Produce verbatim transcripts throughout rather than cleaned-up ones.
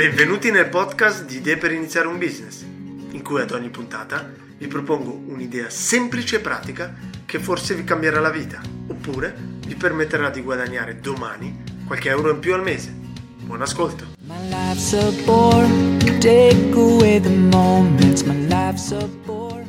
Benvenuti nel podcast di Idee per iniziare un business, in cui ad ogni puntata vi propongo un'idea semplice e pratica che forse vi cambierà la vita, oppure vi permetterà di guadagnare domani qualche euro in più al mese. Buon ascolto! My life's a bore, take away the moments. My life's a bore,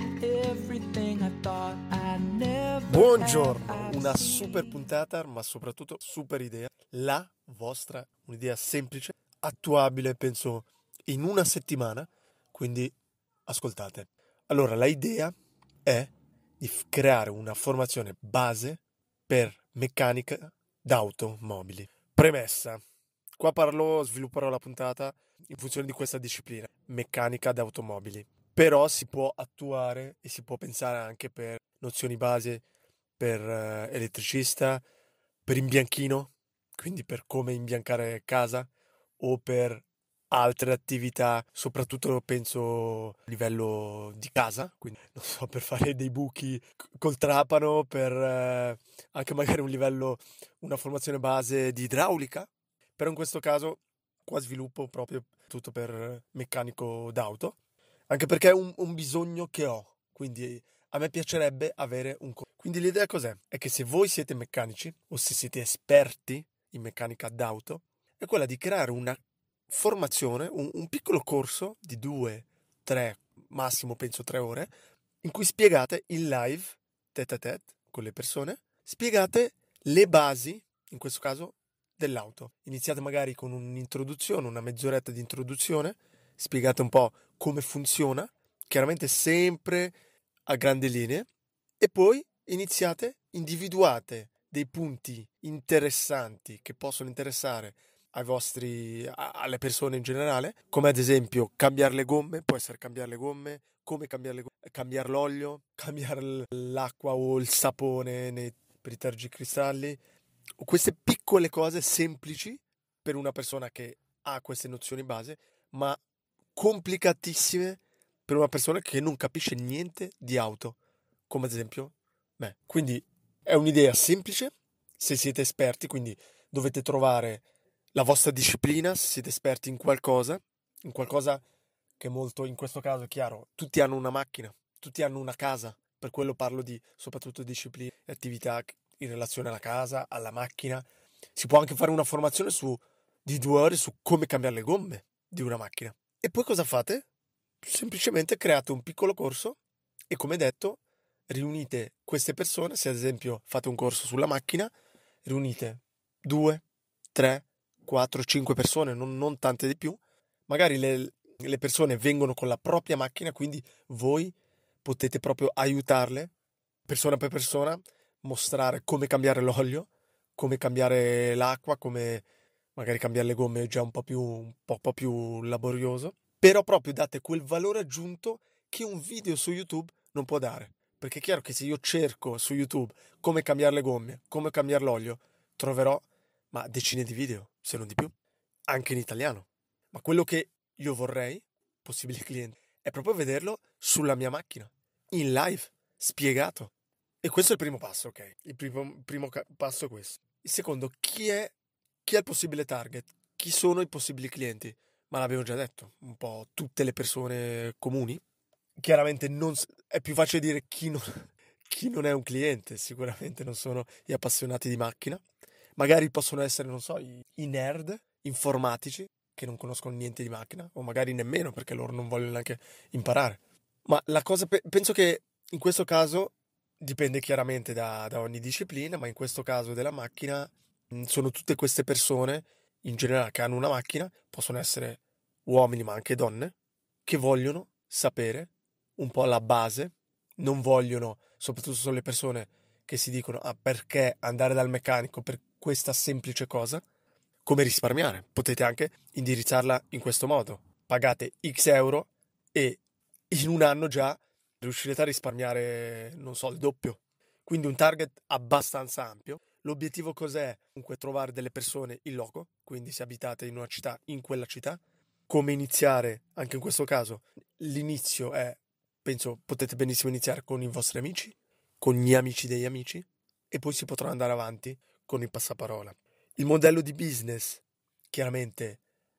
everything I thought I never. Buongiorno, una super puntata, ma soprattutto super idea. La vostra, un'idea semplice, attuabile, penso, in una settimana, quindi ascoltate. Allora, la idea è di f- creare una formazione base per meccanica d'automobili. Premessa. Qua parlo, svilupperò la puntata in funzione di questa disciplina, meccanica d'automobili. Però si può attuare e si può pensare anche per nozioni base, per eh, elettricista, per imbianchino, quindi per come imbiancare casa, o per altre attività, soprattutto penso a livello di casa, quindi non so, per fare dei buchi c- col trapano, per eh, anche magari un livello, una formazione base di idraulica, però in questo caso qua sviluppo proprio tutto per meccanico d'auto, anche perché è un, un bisogno che ho, quindi a me piacerebbe avere un... co- Quindi l'idea cos'è? È che se voi siete meccanici o se siete esperti in meccanica d'auto, è quella di creare una formazione, un, un piccolo corso di due, tre, massimo penso tre ore, in cui spiegate in live, tête à tête, con le persone, spiegate le basi, in questo caso, dell'auto. Iniziate magari con un'introduzione, una mezz'oretta di introduzione, spiegate un po' come funziona, chiaramente sempre a grandi linee, e poi iniziate, individuate dei punti interessanti che possono interessare ai vostri, a- alle persone in generale, come ad esempio cambiare le gomme, può essere cambiare le gomme, come cambiare le gomme, cambiare l'olio, cambiare l- l'acqua o il sapone nei, per i tergicristalli, queste piccole cose semplici per una persona che ha queste nozioni base, ma complicatissime per una persona che non capisce niente di auto, come ad esempio me. Quindi è un'idea semplice se siete esperti, quindi dovete trovare la vostra disciplina, se siete esperti in qualcosa, in qualcosa che è molto, in questo caso è chiaro, tutti hanno una macchina, tutti hanno una casa, per quello parlo di soprattutto discipline e attività in relazione alla casa, alla macchina. Si può anche fare una formazione su, di due ore su come cambiare le gomme di una macchina. E poi cosa fate? Semplicemente create un piccolo corso e, come detto, riunite queste persone. Se ad esempio fate un corso sulla macchina, riunite due, tre, quattro, cinque persone, non, non tante di più. Magari le, le persone vengono con la propria macchina, quindi voi potete proprio aiutarle, persona per persona, mostrare come cambiare l'olio, come cambiare l'acqua, come magari cambiare le gomme è già un po' più, un po', po' più laborioso, però proprio date quel valore aggiunto che un video su YouTube non può dare. Perché è chiaro che se io cerco su YouTube come cambiare le gomme, come cambiare l'olio, troverò ma decine di video, se non di più, anche in italiano. Ma quello che io vorrei, possibili clienti, è proprio vederlo sulla mia macchina, in live, spiegato. E questo è il primo passo, ok? Il primo, primo ca- passo è questo. Il secondo, chi è, chi è il possibile target? Chi sono i possibili clienti? Ma l'abbiamo già detto, un po' tutte le persone comuni. Chiaramente non, s- è più facile dire chi non, chi non è un cliente, sicuramente non sono gli appassionati di macchina. Magari possono essere, non so, i, i nerd informatici che non conoscono niente di macchina, o magari nemmeno perché loro non vogliono neanche imparare. Ma la cosa, pe- penso che in questo caso dipende chiaramente da, da ogni disciplina, ma in questo caso della macchina mh, sono tutte queste persone in generale che hanno una macchina, possono essere uomini ma anche donne, che vogliono sapere un po' la base, non vogliono, soprattutto sono le persone che si dicono ah, perché andare dal meccanico per questa semplice cosa, come risparmiare. Potete anche indirizzarla in questo modo. Pagate X euro e in un anno già riuscirete a risparmiare, non so, il doppio. Quindi un target abbastanza ampio. L'obiettivo cos'è? Comunque trovare delle persone in loco, quindi se abitate in una città, in quella città. Come iniziare, anche in questo caso, l'inizio è, penso, potete benissimo iniziare con i vostri amici, con gli amici degli amici, e poi si potrà andare avanti con il passaparola. Il modello di business, chiaramente,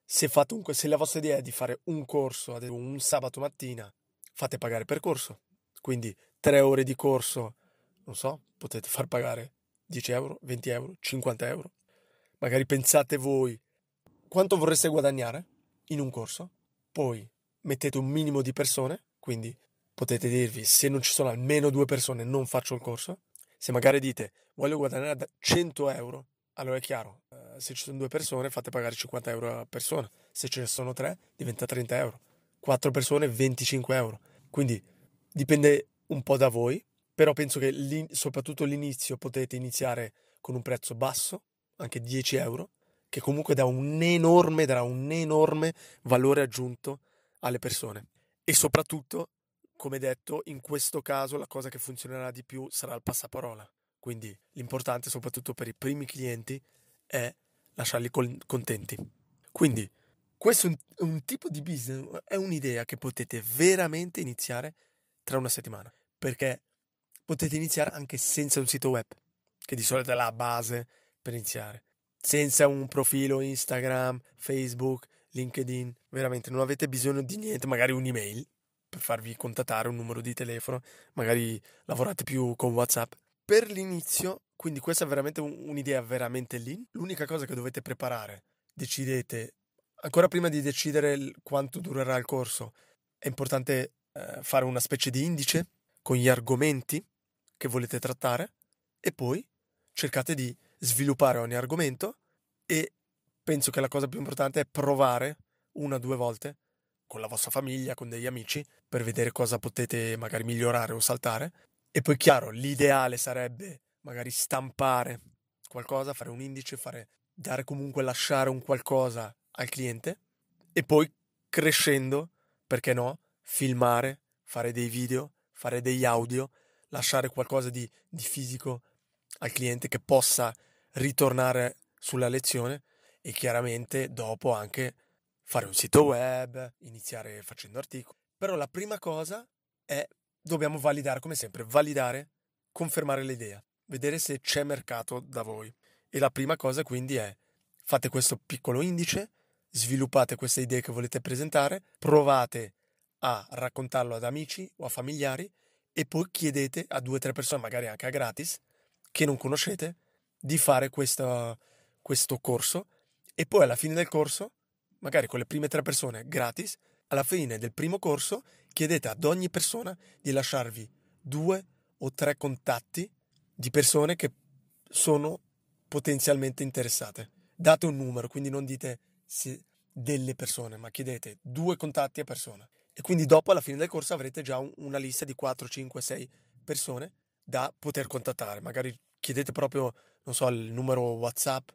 Se, fate un, se la vostra idea è di fare un corso un sabato mattina, fate pagare per corso. Quindi tre ore di corso, non so, potete far pagare dieci euro, venti euro, cinquanta euro. Magari pensate voi quanto vorreste guadagnare in un corso, poi mettete un minimo di persone, quindi potete dirvi se non ci sono almeno due persone non faccio il corso. Se magari dite voglio guadagnare cento euro, allora è chiaro, eh, se ci sono due persone fate pagare cinquanta euro a persona, se ce ne sono tre diventa trenta euro, quattro persone venticinque euro, quindi dipende un po' da voi, però penso che l'in- soprattutto l'inizio potete iniziare con un prezzo basso, anche dieci euro, che comunque dà un enorme, darà un enorme valore aggiunto alle persone. E soprattutto, come detto, in questo caso la cosa che funzionerà di più sarà il passaparola. Quindi l'importante, soprattutto per i primi clienti, è lasciarli col- contenti. Quindi questo è un, un tipo di business, è un'idea che potete veramente iniziare tra una settimana, perché potete iniziare anche senza un sito web, che di solito è la base per iniziare. Senza un profilo Instagram, Facebook, LinkedIn, veramente non avete bisogno di niente, magari un'email per farvi contattare, un numero di telefono, magari lavorate più con WhatsApp. Per l'inizio, quindi questa è veramente un, un'idea veramente lì. L'unica cosa che dovete preparare, decidete, ancora prima di decidere il, quanto durerà il corso, è importante eh, fare una specie di indice con gli argomenti che volete trattare e poi cercate di sviluppare ogni argomento e penso che la cosa più importante è provare una o due volte con la vostra famiglia, con degli amici, per vedere cosa potete magari migliorare o saltare. E poi chiaro, l'ideale sarebbe magari stampare qualcosa, fare un indice, fare, dare comunque, lasciare un qualcosa al cliente e poi crescendo, perché no, filmare, fare dei video, fare degli audio, lasciare qualcosa di, di fisico al cliente che possa ritornare sulla lezione e chiaramente dopo anche fare un sito web, iniziare facendo articoli. Però la prima cosa è dobbiamo validare, come sempre, validare, confermare l'idea, vedere se c'è mercato da voi. E la prima cosa quindi è fate questo piccolo indice, sviluppate queste idee che volete presentare, provate a raccontarlo ad amici o a familiari e poi chiedete a due o tre persone, magari anche a gratis, che non conoscete, di fare questa, questo corso e poi alla fine del corso, magari con le prime tre persone gratis, alla fine del primo corso chiedete ad ogni persona di lasciarvi due o tre contatti di persone che sono potenzialmente interessate. Date un numero, quindi non dite se delle persone, ma chiedete due contatti a persona. E quindi dopo, alla fine del corso, avrete già un, una lista di quattro, cinque, sei persone da poter contattare. Magari chiedete proprio, non so, il numero WhatsApp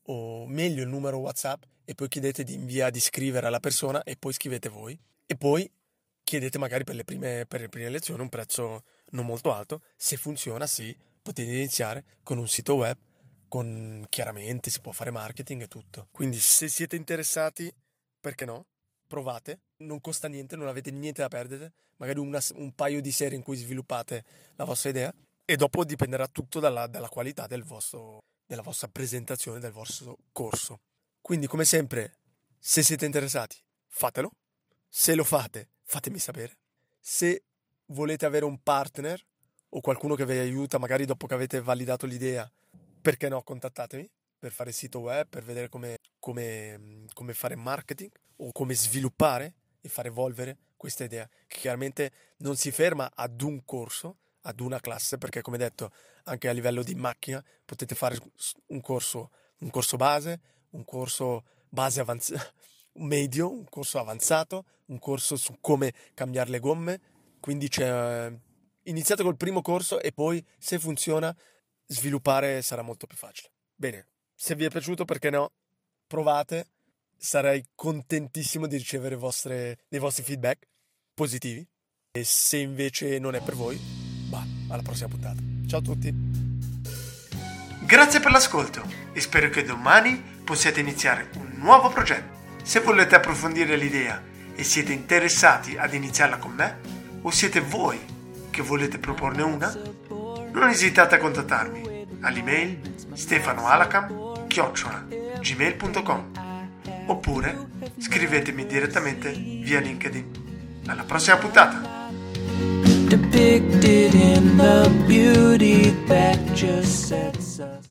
o meglio il numero WhatsApp e poi chiedete di inviare, di scrivere alla persona e poi scrivete voi. E poi chiedete magari per le prime, per le prime lezioni un prezzo non molto alto. Se funziona, sì, potete iniziare con un sito web, con chiaramente si può fare marketing e tutto. Quindi se siete interessati, perché no? Provate, non costa niente, non avete niente da perdere, magari una, un paio di sere in cui sviluppate la vostra idea e dopo dipenderà tutto dalla, dalla qualità del vostro, della vostra presentazione, del vostro corso. Quindi come sempre, se siete interessati, fatelo. Se lo fate, fatemi sapere. Se volete avere un partner o qualcuno che vi aiuta, magari dopo che avete validato l'idea, perché no, contattatemi per fare il sito web, per vedere come, come, come fare marketing o come sviluppare e far evolvere questa idea, che chiaramente non si ferma ad un corso, ad una classe, perché come detto anche a livello di macchina potete fare un corso, un corso base, un corso base avanzato, medio, un corso avanzato, un corso su come cambiare le gomme. Quindi c'è, iniziate col primo corso e poi se funziona sviluppare sarà molto più facile. Bene, se vi è piaciuto, perché no, provate, sarei contentissimo di ricevere vostre, dei vostri feedback positivi e se invece non è per voi, bah, alla prossima puntata. Ciao a tutti. Grazie per l'ascolto e spero che domani possiate iniziare un nuovo progetto. Se volete approfondire l'idea e siete interessati ad iniziarla con me o siete voi che volete proporne una, non esitate a contattarmi all'email stefanoalacam chiocciola gmail punto com oppure direttamente via LinkedIn. Alla prossima puntata! Depicted in the beauty that just sets us